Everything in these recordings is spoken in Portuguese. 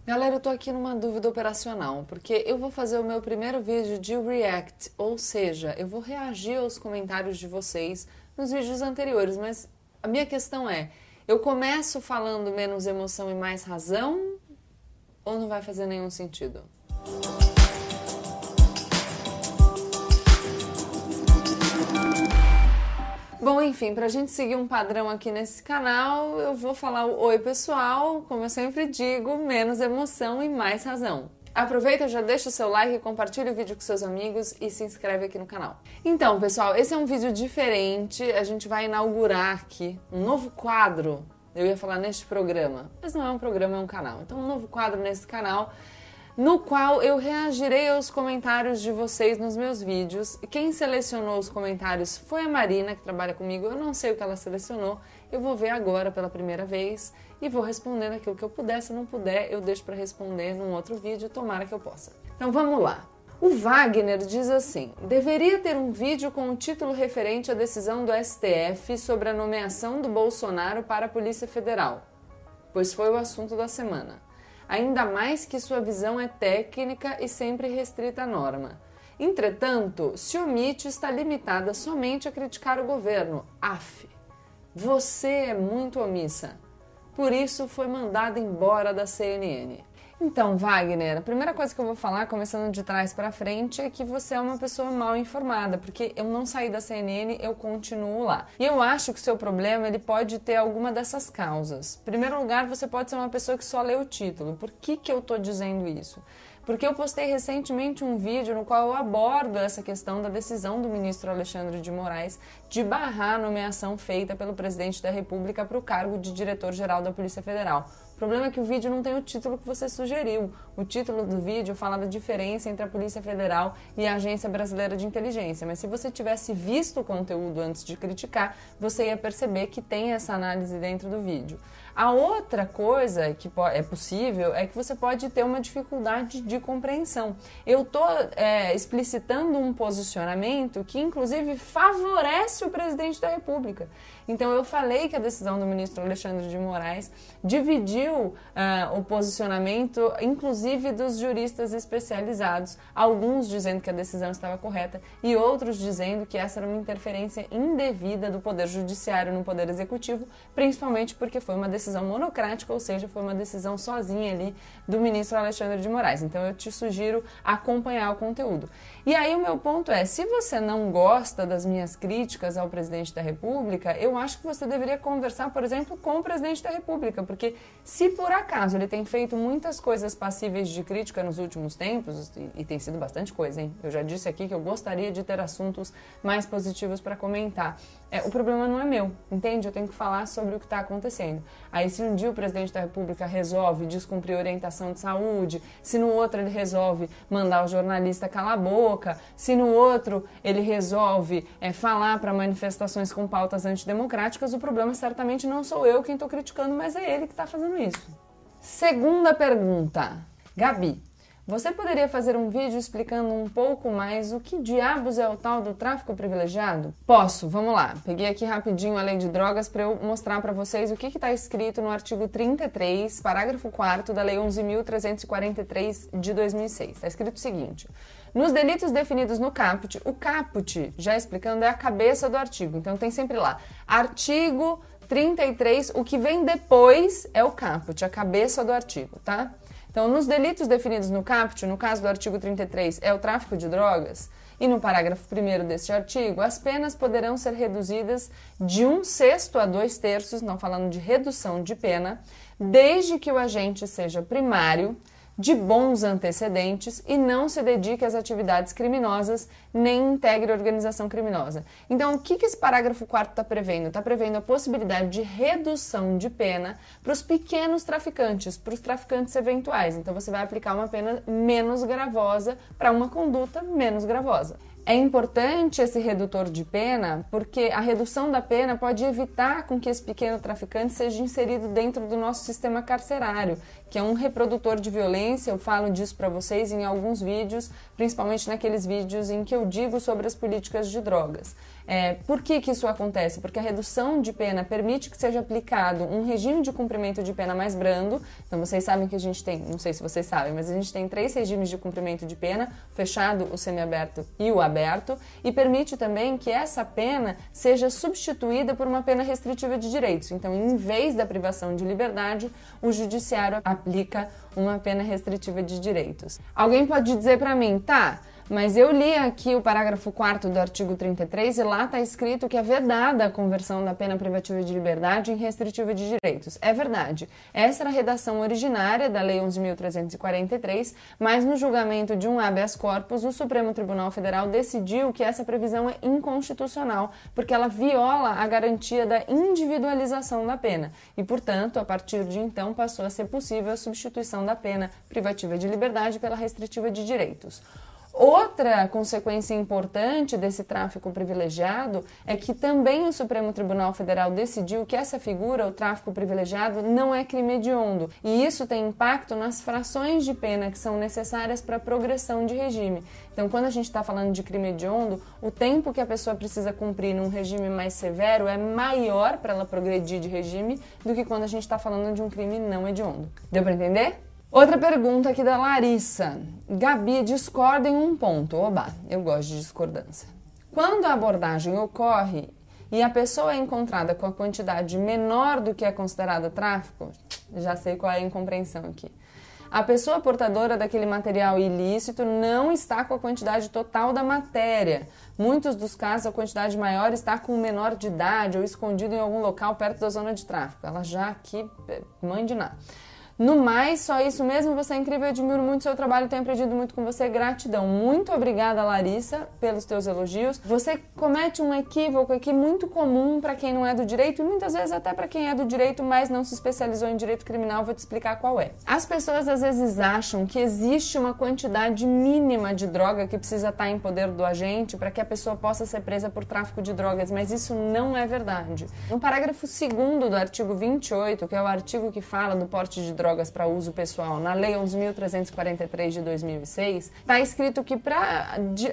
Galera, eu tô aqui numa dúvida operacional, porque eu vou fazer o meu primeiro vídeo de react, ou seja, eu vou reagir aos comentários de vocês nos vídeos anteriores, mas a minha questão é, eu começo falando menos emoção e mais razão, ou não vai fazer nenhum sentido? Bom, enfim, pra gente seguir um padrão aqui nesse canal, eu vou falar o oi pessoal, como eu sempre digo, menos emoção e mais razão. Aproveita, já deixa o seu like, compartilha o vídeo com seus amigos e se inscreve aqui no canal. Então, pessoal, esse é um vídeo diferente, a gente vai inaugurar aqui um novo quadro, eu ia falar neste programa, mas não é um programa, é um canal. Então, um novo quadro nesse canal, no qual eu reagirei aos comentários de vocês nos meus vídeos. Quem selecionou os comentários foi a Marina, que trabalha comigo. Eu não sei o que ela selecionou, eu vou ver agora pela primeira vez e vou responder aquilo que eu puder. Se não puder, eu deixo para responder num outro vídeo, tomara que eu possa. Então vamos lá. O Wagner diz assim: deveria ter um vídeo com o título referente à decisão do STF sobre a nomeação do Bolsonaro para a Polícia Federal, pois foi o assunto da semana. Ainda mais que sua visão é técnica e sempre restrita à norma. Entretanto, se omite, está limitada somente a criticar o governo. Aff, você é muito omissa. Por isso foi mandada embora da CNN. Então, Wagner, a primeira coisa que eu vou falar, começando de trás para frente, é que você é uma pessoa mal informada, porque eu não saí da CNN, eu continuo lá. E eu acho que o seu problema, ele pode ter alguma dessas causas. Em primeiro lugar, você pode ser uma pessoa que só lê o título. Por que eu tô dizendo isso? Porque eu postei recentemente um vídeo no qual eu abordo essa questão da decisão do ministro Alexandre de Moraes de barrar a nomeação feita pelo presidente da República para o cargo de diretor-geral da Polícia Federal. O problema é que o vídeo não tem o título que você sugeriu. O título do vídeo fala da diferença entre a Polícia Federal e a Agência Brasileira de Inteligência. Mas se você tivesse visto o conteúdo antes de criticar, você ia perceber que tem essa análise dentro do vídeo. A outra coisa que é possível é que você pode ter uma dificuldade de compreensão. Eu estou explicitando um posicionamento que, inclusive, favorece o presidente da República. Então, eu falei que a decisão do ministro Alexandre de Moraes dividiu o posicionamento, inclusive dos juristas especializados, alguns dizendo que a decisão estava correta e outros dizendo que essa era uma interferência indevida do Poder Judiciário no Poder Executivo, principalmente porque foi uma decisão monocrática, ou seja, foi uma decisão sozinha ali do ministro Alexandre de Moraes. Então eu te sugiro acompanhar o conteúdo. E aí o meu ponto é, se você não gosta das minhas críticas ao presidente da República, eu acho que você deveria conversar, por exemplo, com o presidente da República, porque se por acaso ele tem feito muitas coisas passíveis de crítica nos últimos tempos, e tem sido bastante coisa, hein? Eu já disse aqui que eu gostaria de ter assuntos mais positivos para comentar. O problema não é meu, entende? Eu tenho que falar sobre o que está acontecendo. Aí se um dia o presidente da República resolve descumprir orientação de saúde, se no outro ele resolve mandar o jornalista calar a boca, se no outro ele resolve falar para manifestações com pautas antidemocráticas, o problema certamente não sou eu quem estou criticando, mas é ele que está fazendo isso. Segunda pergunta. Gabi, você poderia fazer um vídeo explicando um pouco mais o que diabos é o tal do tráfico privilegiado? Posso, vamos lá. Peguei aqui rapidinho a lei de drogas para eu mostrar para vocês o que está escrito no artigo 33, parágrafo 4º da lei 11.343 de 2006. Está escrito o seguinte: nos delitos definidos no caput, o caput, já explicando, é a cabeça do artigo. Então tem sempre lá, artigo 33, o que vem depois é o caput, a cabeça do artigo, tá? Então, nos delitos definidos no caput, no caso do artigo 33, é o tráfico de drogas, e no parágrafo 1º deste artigo, as penas poderão ser reduzidas de 1/6 a 2/3, não falando de redução de pena, desde que o agente seja primário, de bons antecedentes e não se dedique às atividades criminosas nem integre organização criminosa. Então, o que esse parágrafo 4º está prevendo? Está prevendo a possibilidade de redução de pena para os pequenos traficantes, para os traficantes eventuais. Então, você vai aplicar uma pena menos gravosa para uma conduta menos gravosa. É importante esse redutor de pena porque a redução da pena pode evitar com que esse pequeno traficante seja inserido dentro do nosso sistema carcerário, que é um reprodutor de violência. Eu falo disso para vocês em alguns vídeos, principalmente naqueles vídeos em que eu digo sobre as políticas de drogas. Por que isso acontece? Porque a redução de pena permite que seja aplicado um regime de cumprimento de pena mais brando. Então vocês sabem que a gente tem, não sei se vocês sabem, mas a gente tem 3 regimes de cumprimento de pena: o fechado, o semiaberto e o aberto, e permite também que essa pena seja substituída por uma pena restritiva de direitos. Então, em vez da privação de liberdade, o judiciário aplica uma pena restritiva de direitos. Alguém pode dizer para mim, tá, mas eu li aqui o parágrafo 4º do artigo 33 e lá está escrito que é vedada a conversão da pena privativa de liberdade em restritiva de direitos. É verdade. Essa era a redação originária da Lei 11.343, mas no julgamento de um habeas corpus, o Supremo Tribunal Federal decidiu que essa previsão é inconstitucional, porque ela viola a garantia da individualização da pena e, portanto, a partir de então passou a ser possível a substituição da pena privativa de liberdade pela restritiva de direitos. Outra consequência importante desse tráfico privilegiado é que também o Supremo Tribunal Federal decidiu que essa figura, o tráfico privilegiado, não é crime hediondo, e isso tem impacto nas frações de pena que são necessárias para a progressão de regime. Então, quando a gente está falando de crime hediondo, o tempo que a pessoa precisa cumprir num regime mais severo é maior para ela progredir de regime do que quando a gente está falando de um crime não hediondo. Deu para entender? Outra pergunta aqui da Larissa. Gabi, discorda em um ponto. Oba, eu gosto de discordância. Quando a abordagem ocorre e a pessoa é encontrada com a quantidade menor do que é considerada tráfico, já sei qual é a incompreensão aqui. A pessoa portadora daquele material ilícito não está com a quantidade total da matéria. Muitos dos casos, a quantidade maior está com um menor de idade ou escondido em algum local perto da zona de tráfico. Ela já aqui, mãe de nada. No mais, só isso mesmo, você é incrível, eu admiro muito o seu trabalho, tenho aprendido muito com você, gratidão. Muito obrigada, Larissa, pelos teus elogios. Você comete um equívoco aqui muito comum para quem não é do direito e muitas vezes até para quem é do direito, mas não se especializou em direito criminal, vou te explicar qual é. As pessoas às vezes acham que existe uma quantidade mínima de droga que precisa estar em poder do agente para que a pessoa possa ser presa por tráfico de drogas, mas isso não é verdade. No parágrafo 2º do artigo 28, que é o artigo que fala do porte de drogas para uso pessoal, na Lei 11.343 de 2006, está escrito que para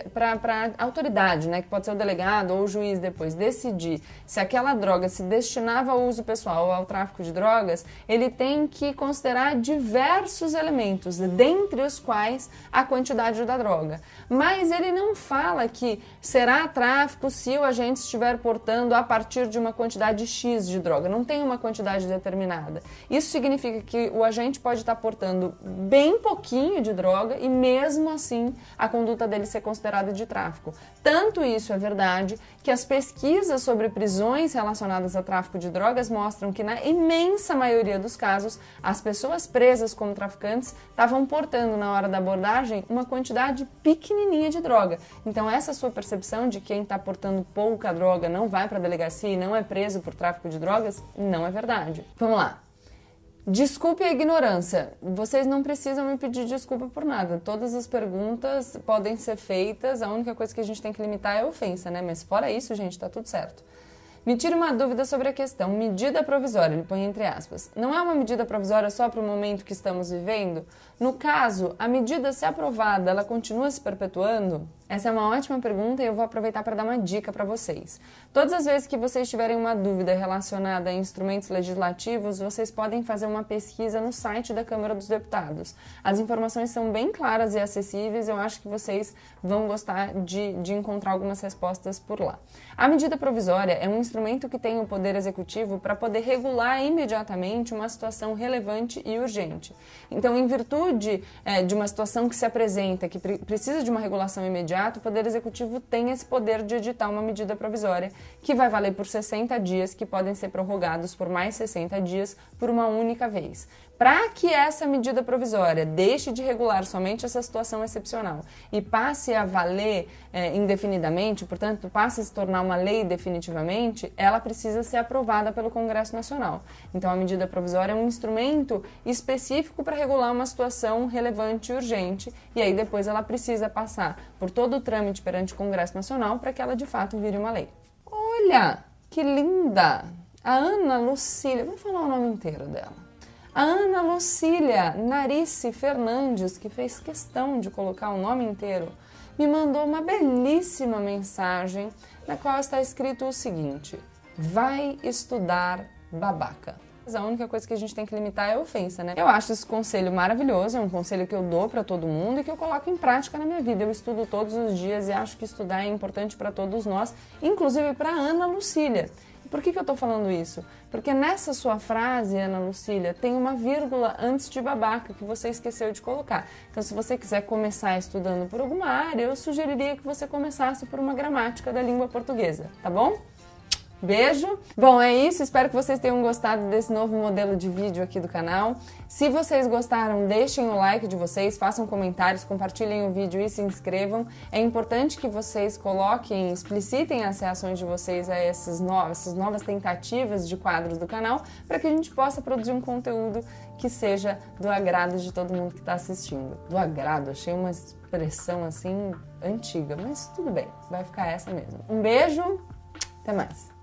a autoridade, né, que pode ser o delegado ou o juiz depois, decidir se aquela droga se destinava ao uso pessoal ou ao tráfico de drogas, ele tem que considerar diversos elementos, dentre os quais a quantidade da droga. Mas ele não fala que será tráfico se o agente estiver portando a partir de uma quantidade X de droga, não tem uma quantidade determinada. Isso significa que o agente pode estar portando bem pouquinho de droga e mesmo assim a conduta dele ser considerada de tráfico. Tanto isso é verdade que as pesquisas sobre prisões relacionadas a tráfico de drogas mostram que na imensa maioria dos casos as pessoas presas como traficantes estavam portando na hora da abordagem uma quantidade pequenininha de droga. Então essa sua percepção de que quem está portando pouca droga não vai para a delegacia e não é preso por tráfico de drogas não é verdade. Vamos lá. Desculpe a ignorância, vocês não precisam me pedir desculpa por nada, todas as perguntas podem ser feitas, a única coisa que a gente tem que limitar é a ofensa, né? Mas fora isso, gente, tá tudo certo. Me tira uma dúvida sobre a questão medida provisória, ele põe entre aspas. Não é uma medida provisória só para o momento que estamos vivendo? No caso, a medida, se aprovada, ela continua se perpetuando? Essa é uma ótima pergunta e eu vou aproveitar para dar uma dica para vocês. Todas as vezes que vocês tiverem uma dúvida relacionada a instrumentos legislativos, vocês podem fazer uma pesquisa no site da Câmara dos Deputados. As informações são bem claras e acessíveis, eu acho que vocês vão gostar de encontrar algumas respostas por lá. A medida provisória é um instrumento que tem o Poder Executivo para poder regular imediatamente uma situação relevante e urgente. Então, em virtude de uma situação que se apresenta, que precisa de uma regulação imediata, o Poder Executivo tem esse poder de editar uma medida provisória que vai valer por 60 dias, que podem ser prorrogados por mais 60 dias por uma única vez. Para que essa medida provisória deixe de regular somente essa situação excepcional e passe a valer indefinidamente, portanto, passe a se tornar uma lei definitivamente, ela precisa ser aprovada pelo Congresso Nacional. Então, a medida provisória é um instrumento específico para regular uma situação relevante e urgente, e aí depois ela precisa passar por todo o trâmite perante o Congresso Nacional para que ela, de fato, vire uma lei. Olha, que linda! A Ana Lucília, vou falar o nome inteiro dela. A Ana Lucília Narice Fernandes, que fez questão de colocar o nome inteiro, me mandou uma belíssima mensagem na qual está escrito o seguinte: vai estudar babaca. A única coisa que a gente tem que limitar é a ofensa, né? Eu acho esse conselho maravilhoso, é um conselho que eu dou pra todo mundo e que eu coloco em prática na minha vida. Eu estudo todos os dias e acho que estudar é importante pra todos nós, inclusive pra Ana Lucília. Por que eu tô falando isso? Porque nessa sua frase, Ana Lucília, tem uma vírgula antes de babaca que você esqueceu de colocar. Então, se você quiser começar estudando por alguma área, eu sugeriria que você começasse por uma gramática da língua portuguesa, tá bom? Beijo! Bom, é isso, espero que vocês tenham gostado desse novo modelo de vídeo aqui do canal. Se vocês gostaram, deixem o like de vocês, façam comentários, compartilhem o vídeo e se inscrevam. É importante que vocês coloquem, explicitem as reações de vocês a essas novas tentativas de quadros do canal, para que a gente possa produzir um conteúdo que seja do agrado de todo mundo que está assistindo. Do agrado, achei uma expressão assim antiga, mas tudo bem, vai ficar essa mesmo. Um beijo, até mais!